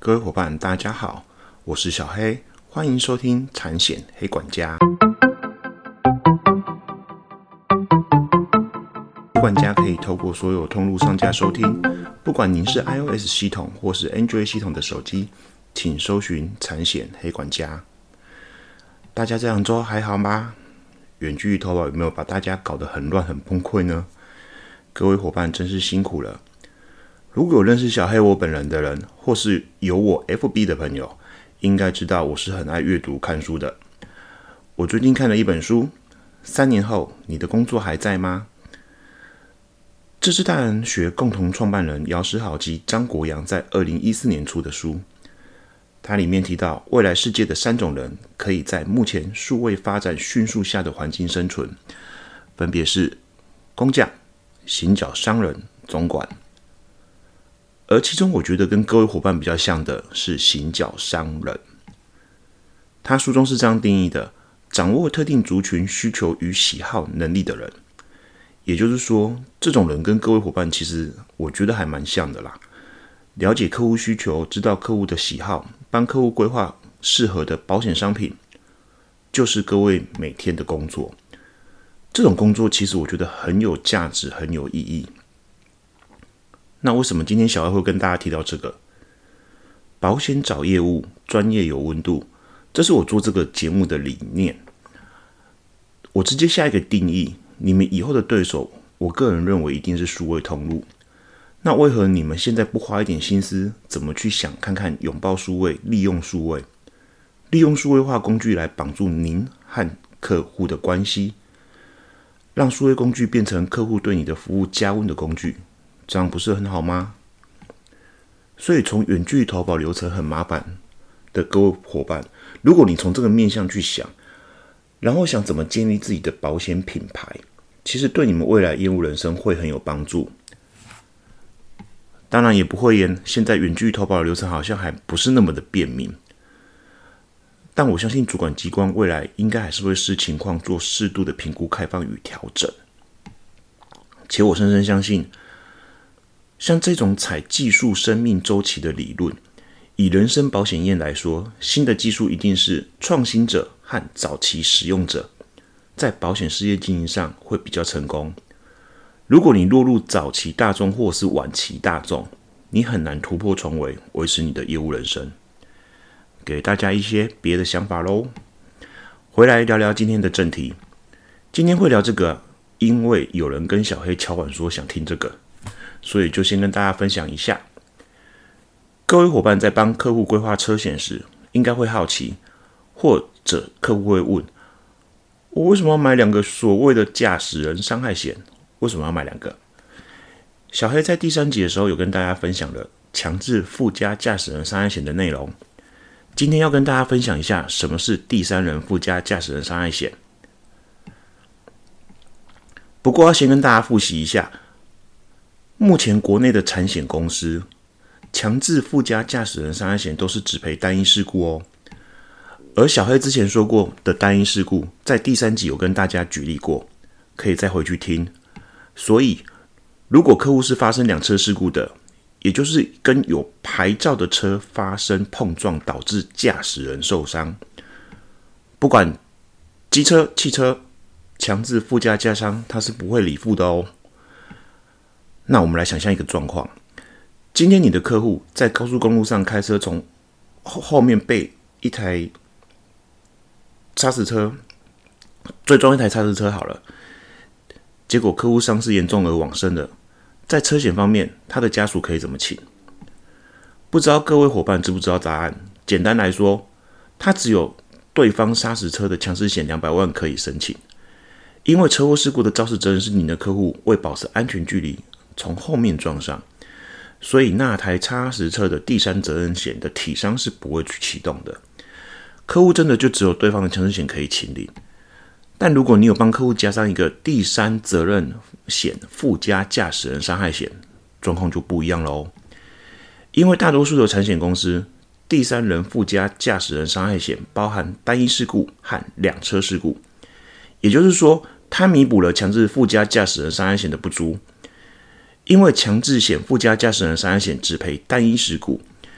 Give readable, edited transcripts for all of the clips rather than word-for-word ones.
各位伙伴，大家好，我是小黑，欢迎收听产险黑管家。黑管家可以透过所有通路上架收听，不管您是 iOS 系统或是 Android 系统的手机，请搜寻产险黑管家。大家这两周还好吗？远距离投保有没有把大家搞得很乱很崩溃呢？各位伙伴真是辛苦了。如果有认识小黑我本人的人，或是有我 FB 的朋友，应该知道我是很爱阅读看书的。我最近看了一本书，3年后你的工作还在吗？这是大人学共同创办人姚诗豪及张国阳在2014年出的书。它里面提到，未来世界的3种人可以在目前数位发展迅速下的环境生存，分别是工匠、行脚商人、总管。而其中我觉得跟各位伙伴比较像的是行脚商人。他书中是这样定义的：掌握特定族群需求与喜好能力的人。也就是说，这种人跟各位伙伴其实我觉得还蛮像的啦。了解客户需求，知道客户的喜好，帮客户规划适合的保险商品，就是各位每天的工作。这种工作其实我觉得很有价值，很有意义。那为什么今天小黑会跟大家提到这个？保险找业务，专业有温度，这是我做这个节目的理念。我直接下一个定义，你们以后的对手，我个人认为一定是数位通路。那为何你们现在不花一点心思，怎么去想看看拥抱数位，利用数位，利用数位化工具来绑住您和客户的关系，让数位工具变成客户对你的服务加温的工具，这样不是很好吗？所以从远距离投保流程很麻烦的各位伙伴，如果你从这个面向去想，然后想怎么建立自己的保险品牌，其实对你们未来业务人生会很有帮助。当然也不会言，现在远距离投保的流程好像还不是那么的便民，但我相信主管机关未来应该还是会视情况做适度的评估、开放与调整。且我深深相信，像这种采技术生命周期的理论，以人身保险业来说，新的技术一定是创新者和早期使用者在保险事业经营上会比较成功。如果你落入早期大众或是晚期大众，你很难突破重围，维持你的业务人生。给大家一些别的想法咯。回来聊聊今天的正题。今天会聊这个，因为有人跟小黑敲碗说想听这个，所以就先跟大家分享一下。各位伙伴在帮客户规划车险时，应该会好奇，或者客户会问，我为什么要买2个所谓的驾驶人伤害险？为什么要买2个？小黑在第3集的时候有跟大家分享了强制附加驾驶人伤害险的内容。今天要跟大家分享一下什么是第3人附加驾驶人伤害险。不过要先跟大家复习一下，目前国内的产险公司强制附加驾驶人伤害险都是只赔单一事故哦。而小黑之前说过的单一事故，在第3集有跟大家举例过，可以再回去听。所以如果客户是发生2车事故的，也就是跟有牌照的车发生碰撞导致驾驶人受伤，不管机车、汽车，强制附加价伤它是不会理付的哦。那我们来想象一个状况，今天你的客户在高速公路上开车，从后面被一台砂石车追撞，一台砂石车好了，结果客户伤势严重而往生了。在车险方面，他的家属可以怎么请？不知道各位伙伴知不知道答案？简单来说，他只有对方砂石车的强制险200万可以申请，因为车祸事故的肇事责任是你的客户为保持安全距离从后面撞上，所以那台砂石车的第3责任险的体伤是不会去启动的。客户真的就只有对方的强制险可以请领。但如果你有帮客户加上一个第3责任险附加驾驶人伤害险，状况就不一样咯。因为大多数的产险公司，第3人附加驾驶人伤害险包含单一事故和2车事故，也就是说，它弥补了强制附加驾驶人伤害险的不足。因为强制险附加驾驶人伤害险只赔单一事故，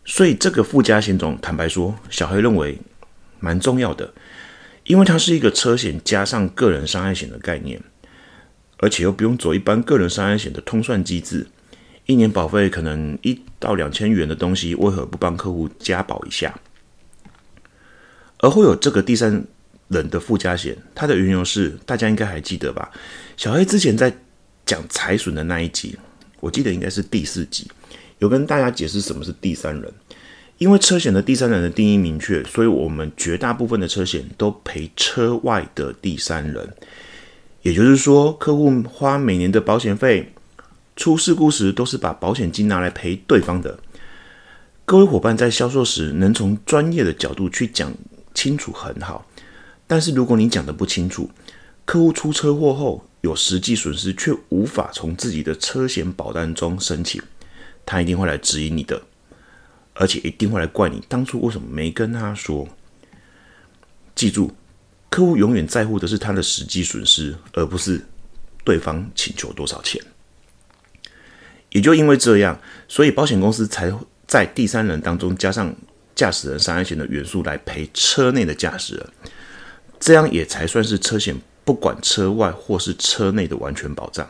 所以这个附加险种，坦白说，小黑认为蛮重要的，因为它是一个车险加上个人伤害险的概念，而且又不用走一般个人伤害险的通算机制，一年保费可能1到2千元的东西，为何不帮客户加保一下？而会有这个第三人的附加险，它的缘由是大家应该还记得吧？小黑之前在讲财损的那一集，我记得应该是第4集，有跟大家解释什么是第三人。因为车险的第三人的定义明确，所以我们绝大部分的车险都赔车外的第三人。也就是说，客户花每年的保险费，出事故时都是把保险金拿来赔对方的。各位伙伴在销售时能从专业的角度去讲清楚很好，但是如果你讲得不清楚，客户出车祸后有实际损失却无法从自己的车险保单中申请，他一定会来质疑你的，而且一定会来怪你当初为什么没跟他说。记住，客户永远在乎的是他的实际损失，而不是对方请求多少钱。也就因为这样，所以保险公司才在第三人当中加上驾驶人伤害险的元素来赔车内的驾驶人，这样也才算是车险不管车外或是车内的完全保障。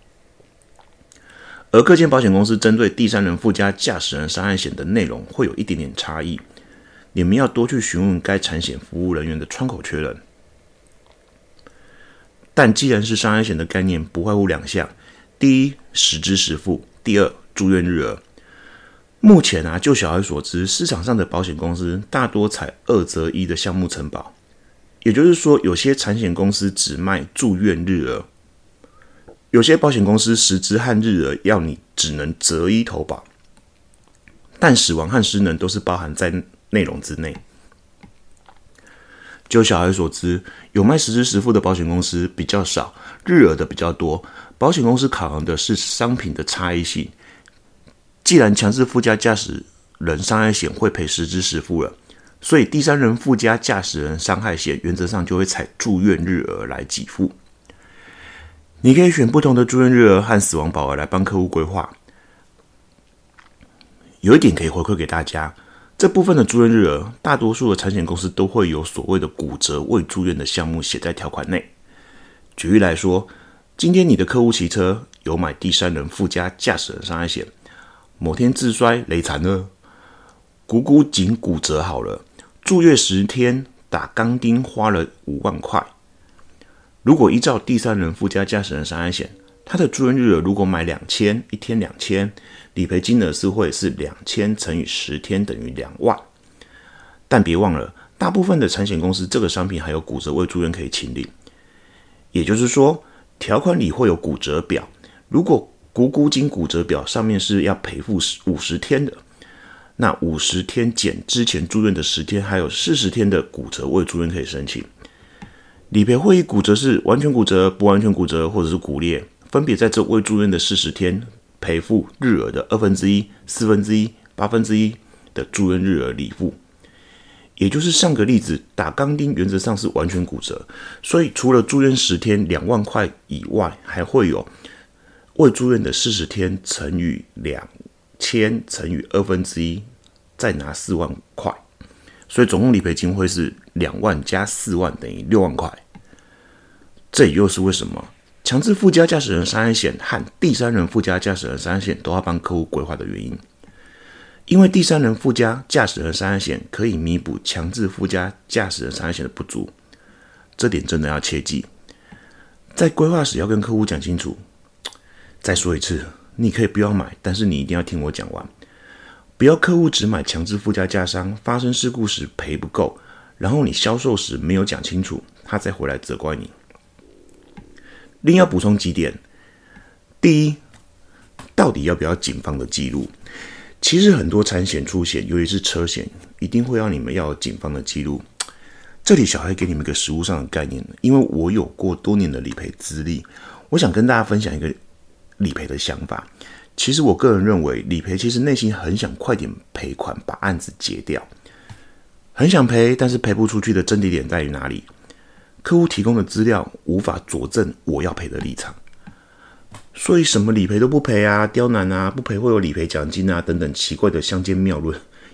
而各间保险公司针对第三人附加驾驶人伤害险的内容会有一点点差异，你们要多去询问该产险服务人员的窗口确认。但既然是伤害险的概念，不外乎2项：第一，实支实付；第二，住院日额。目前就小黑所知，市场上的保险公司大多采2择1的项目承保，也就是说，有些产险公司只卖住院日额，有些保险公司实支和日额要你只能择一投保，但死亡和失能都是包含在内容之内。就小孩所知，有卖实支实付的保险公司比较少，日额的比较多。保险公司考量的是商品的差异性。既然强制附加驾驶人伤害险会赔实支实付了，所以第三人附加驾驶人伤害险原则上就会采住院日额来给付。你可以选不同的住院日额和死亡保额来帮客户规划。有一点可以回馈给大家，这部分的住院日额，大多数的产险公司都会有所谓的骨折未住院的项目写在条款内。举例来说，今天你的客户骑车有买第三人附加驾驶人伤害险，某天自摔累残了，股颈骨折好了，住院10天，打钢钉花了5万块。如果依照第三人附加驾驶人伤害险，他的住院日额如果买2000，一天2000，理赔金额会是2000乘以10天等于2万。但别忘了，大部分的产险公司这个商品还有骨折未住院可以清理，也就是说，条款里会有骨折表，如果股颈骨折表上面是要赔付50天的，那50天减之前住院的10天，还有40天的骨折未住院可以申请。理赔会议骨折是完全骨折、不完全骨折或者是骨裂，分别在这未住院的40天赔付日额的1/2、1/4、1/8的住院日额理付。也就是上个例子，打钢钉原则上是完全骨折，所以除了住院10天2万块以外，还会有未住院的40天乘以2000乘以1/2，再拿4万块，所以总共理赔金会是2万加4万等于6万块。这也就是为什么强制附加驾驶人伤害险和第三人附加驾驶人伤害险都要帮客户规划的原因。因为第三人附加驾驶人伤害险可以弥补强制附加驾驶人伤害险的不足，这点真的要切记。在规划时要跟客户讲清楚。再说一次，你可以不要买，但是你一定要听我讲完。不要客户只买强制附加价伤，发生事故时赔不够，然后你销售时没有讲清楚，他再回来责怪你。另要补充几点。第一，到底要不要警方的记录？其实很多产险出险，尤其是车险，一定会要你们要有警方的记录。这里小黑给你们一个实务上的概念，因为我有过多年的理赔资历，我想跟大家分享一个理赔的想法。其实我个人认为，理赔其实内心很想快点赔款，把案子结掉，很想赔，但是赔不出去的症结点在于哪里？客户提供的资料无法佐证我要赔的立场，所以什么理赔都不赔啊，刁难啊，不赔会有理赔奖金啊等等奇怪的乡间谬论，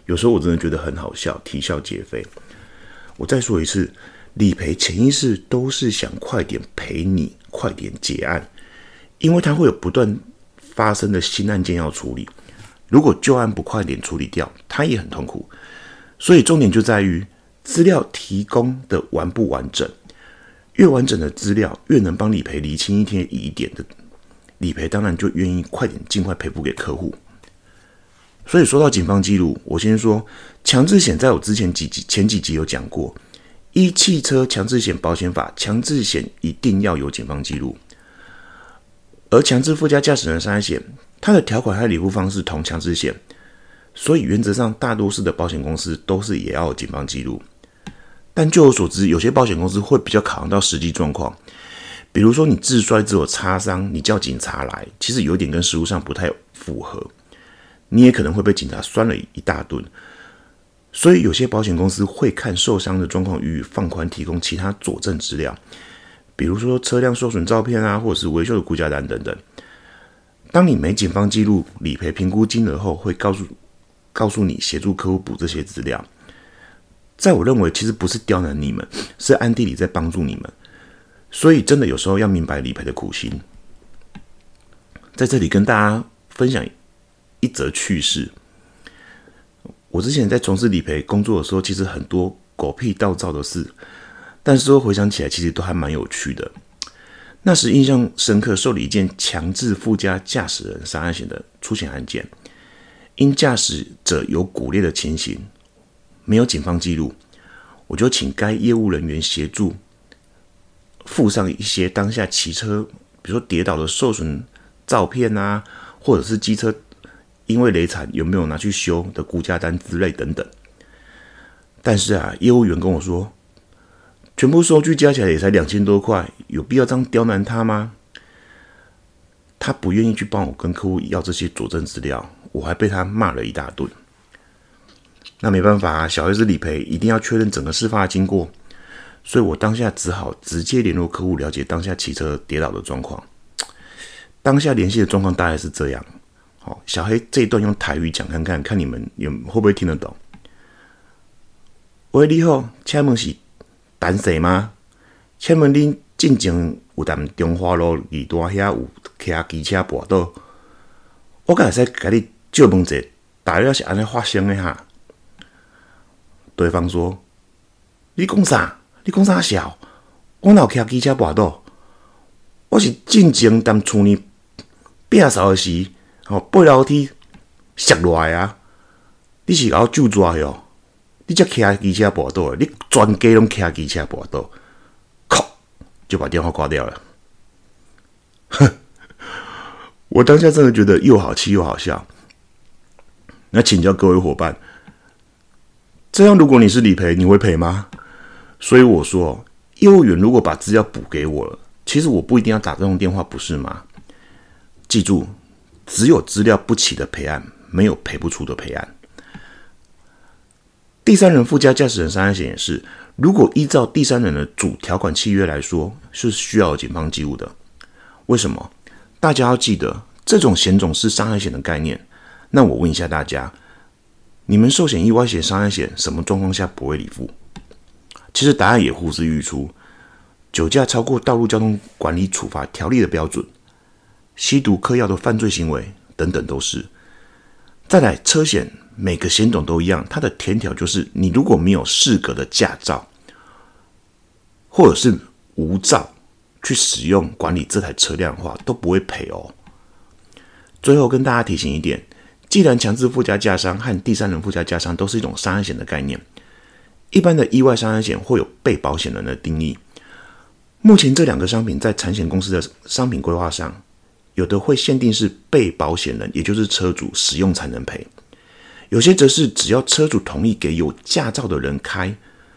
有时候我真的觉得很好笑，啼笑皆非。我再说一次，理赔潜意识都是想快点赔你，快点结案，因为它会有不断发生的新案件要处理。如果旧案不快点处理掉，它也很痛苦。所以重点就在于资料提供的完不完整，越完整的资料越能帮理赔厘清一些疑点的理赔，当然就愿意快点尽快赔付给客户。所以说到警方记录，我先说强制险，在我前几集有讲过，依汽车强制险保险法，强制险一定要有警方记录，而强制附加驾驶人伤害险，它的条款和理赔方式同强制险，所以原则上大多数的保险公司都是也要有警方记录。但就我所知，有些保险公司会比较考量到实际状况，比如说你自摔只有擦伤，你叫警察来，其实有点跟实务上不太符合，你也可能会被警察酸了一大顿。所以有些保险公司会看受伤的状况予以放宽，提供其他佐证资料，比如说车辆受损照片啊，或者是维修的估价单等等。当你没警方记录理赔评估金额后，会告诉你协助客户补这些资料。在我认为，其实不是刁难你们，是暗地里在帮助你们。所以真的有时候要明白理赔的苦心。在这里跟大家分享一则趣事。我之前在从事理赔工作的时候，其实很多狗屁倒灶的事，但是回想起来其实都还蛮有趣的。那时印象深刻，受理一件强制附加驾驶人伤害险的出险案件，因驾驶者有骨裂的情形，没有警方记录，我就请该业务人员协助附上一些当下骑车，比如说跌倒的受损照片啊，或者是机车因为雷惨有没有拿去修的估价单之类等等。但是业务员跟我说，全部收据加起来也才2000多块，有必要这样刁难他吗？他不愿意去帮我跟客户要这些佐证资料，我还被他骂了一大顿。那没办法小黑是理赔，一定要确认整个事发的经过，所以我当下只好直接联络客户，了解当下骑车跌倒的状况。当下联系的状况大概是这样。小黑这一段用台语讲看看，看你们会不会听得懂。喂，你好，请问是陈氏吗？请问恁进前有踮中华路2段遐有骑机车跋倒？我敢会使甲你借问者，大约是安尼发生的哈？对方说：“你讲啥？你讲啥笑？我哪有骑机车跋倒？我是进前踮厝里摒扫的时，爬楼梯摔落来啊！你是甲我救抓的哦？你才骑机车跋倒的，你全家拢骑机车跋倒，靠！就把电话挂掉了。哼，我当下真的觉得又好气又好笑。那请教各位伙伴，这样如果你是理赔，你会赔吗？所以我说，业务员如果把资料补给我了，其实我不一定要打这种电话，不是吗？记住，只有资料不齐的赔案，没有赔不出的赔案。第三人附加驾驶人伤害险也是，如果依照第三人的主条款契约来说，是需要有警方记录的。为什么？大家要记得，这种险种是伤害险的概念。那我问一下大家，你们寿险意外险、伤害险什么状况下不会理付？其实答案也呼之欲出：酒驾超过道路交通管理处罚条例的标准，吸毒嗑药的犯罪行为等等都是。再来，车险每个险种都一样，它的天条就是你如果没有适格的驾照，或者是无照去使用管理这台车辆的话，都不会赔哦。最后跟大家提醒一点，既然强制附加价商和第三人附加价商都是一种伤害险的概念，一般的意外伤害险会有被保险人的定义。目前这两个商品在产险公司的商品规划上，有的会限定是被保险人，也就是车主使用才能赔，有些则是只要车主同意给有驾照的人开，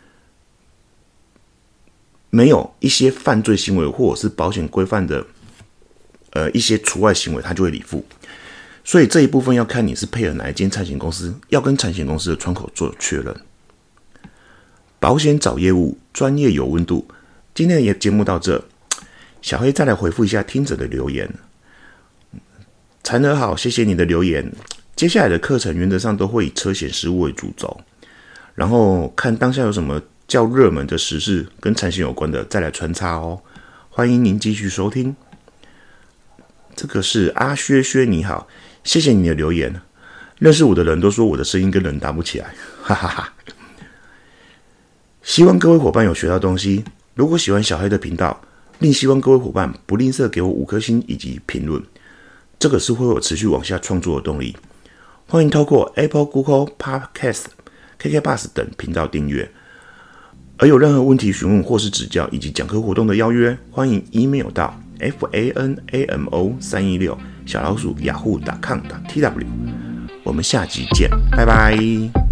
没有一些犯罪行为或者是保险规范的一些除外行为，他就会理付。所以这一部分要看你是配合哪一间产险公司，要跟产险公司的窗口做确认。保险找业务，专业有温度。今天的节目到这，小黑再来回复一下听者的留言。残儿好，谢谢你的留言。 接下来的课程原则上都会以车险实务为主轴，然后看当下有什么较热门的时事跟产险有关的再来穿插哦。欢迎您继续收听。这个是阿薛薛，你好，谢谢你的留言。认识我的人都说我的声音跟人搭不起来，哈哈哈。希望各位伙伴有学到东西。如果喜欢小黑的频道，另希望各位伙伴不吝啬给我5颗星以及评论，这个是会我持续往下创作的动力。欢迎透过 Apple、Google、Podcast、KKBOX 等频道订阅。而有任何问题询问或是指教以及讲课活动的邀约，欢迎 email 到 fanamo316yahoo.com.tw。我们下集见，拜拜。